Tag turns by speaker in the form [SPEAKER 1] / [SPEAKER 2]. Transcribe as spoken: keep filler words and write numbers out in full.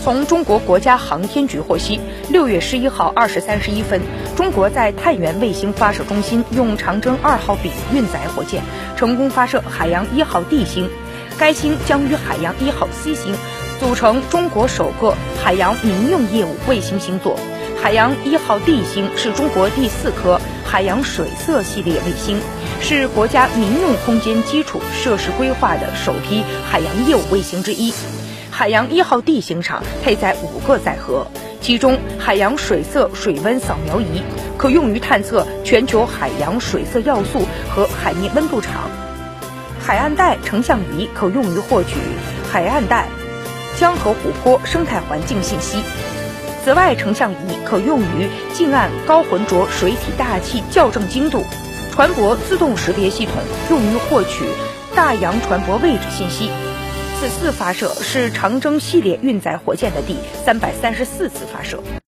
[SPEAKER 1] 从中国国家航天局获悉，六月十一号二时三十一分，中国在太原卫星发射中心用长征二号 B 运载火箭成功发射海洋一号 D 星，该星将与海洋一号 C 星组成中国首个海洋民用业务卫星星座。海洋一号 D 星是中国第四颗海洋水色系列卫星，是国家民用空间基础设施规划的首批海洋业务卫星之一。海洋一号 D 星上配载五个载荷，其中海洋水色水温扫描仪可用于探测全球海洋水色要素和海面温度场，海岸带成像仪可用于获取海岸带、江河湖泊生态环境信息。紫外成像仪可用于近岸高浑浊水体大气校正精度，船舶自动识别系统用于获取大洋船舶位置信息。此次发射是长征系列运载火箭的第三百三十四次发射。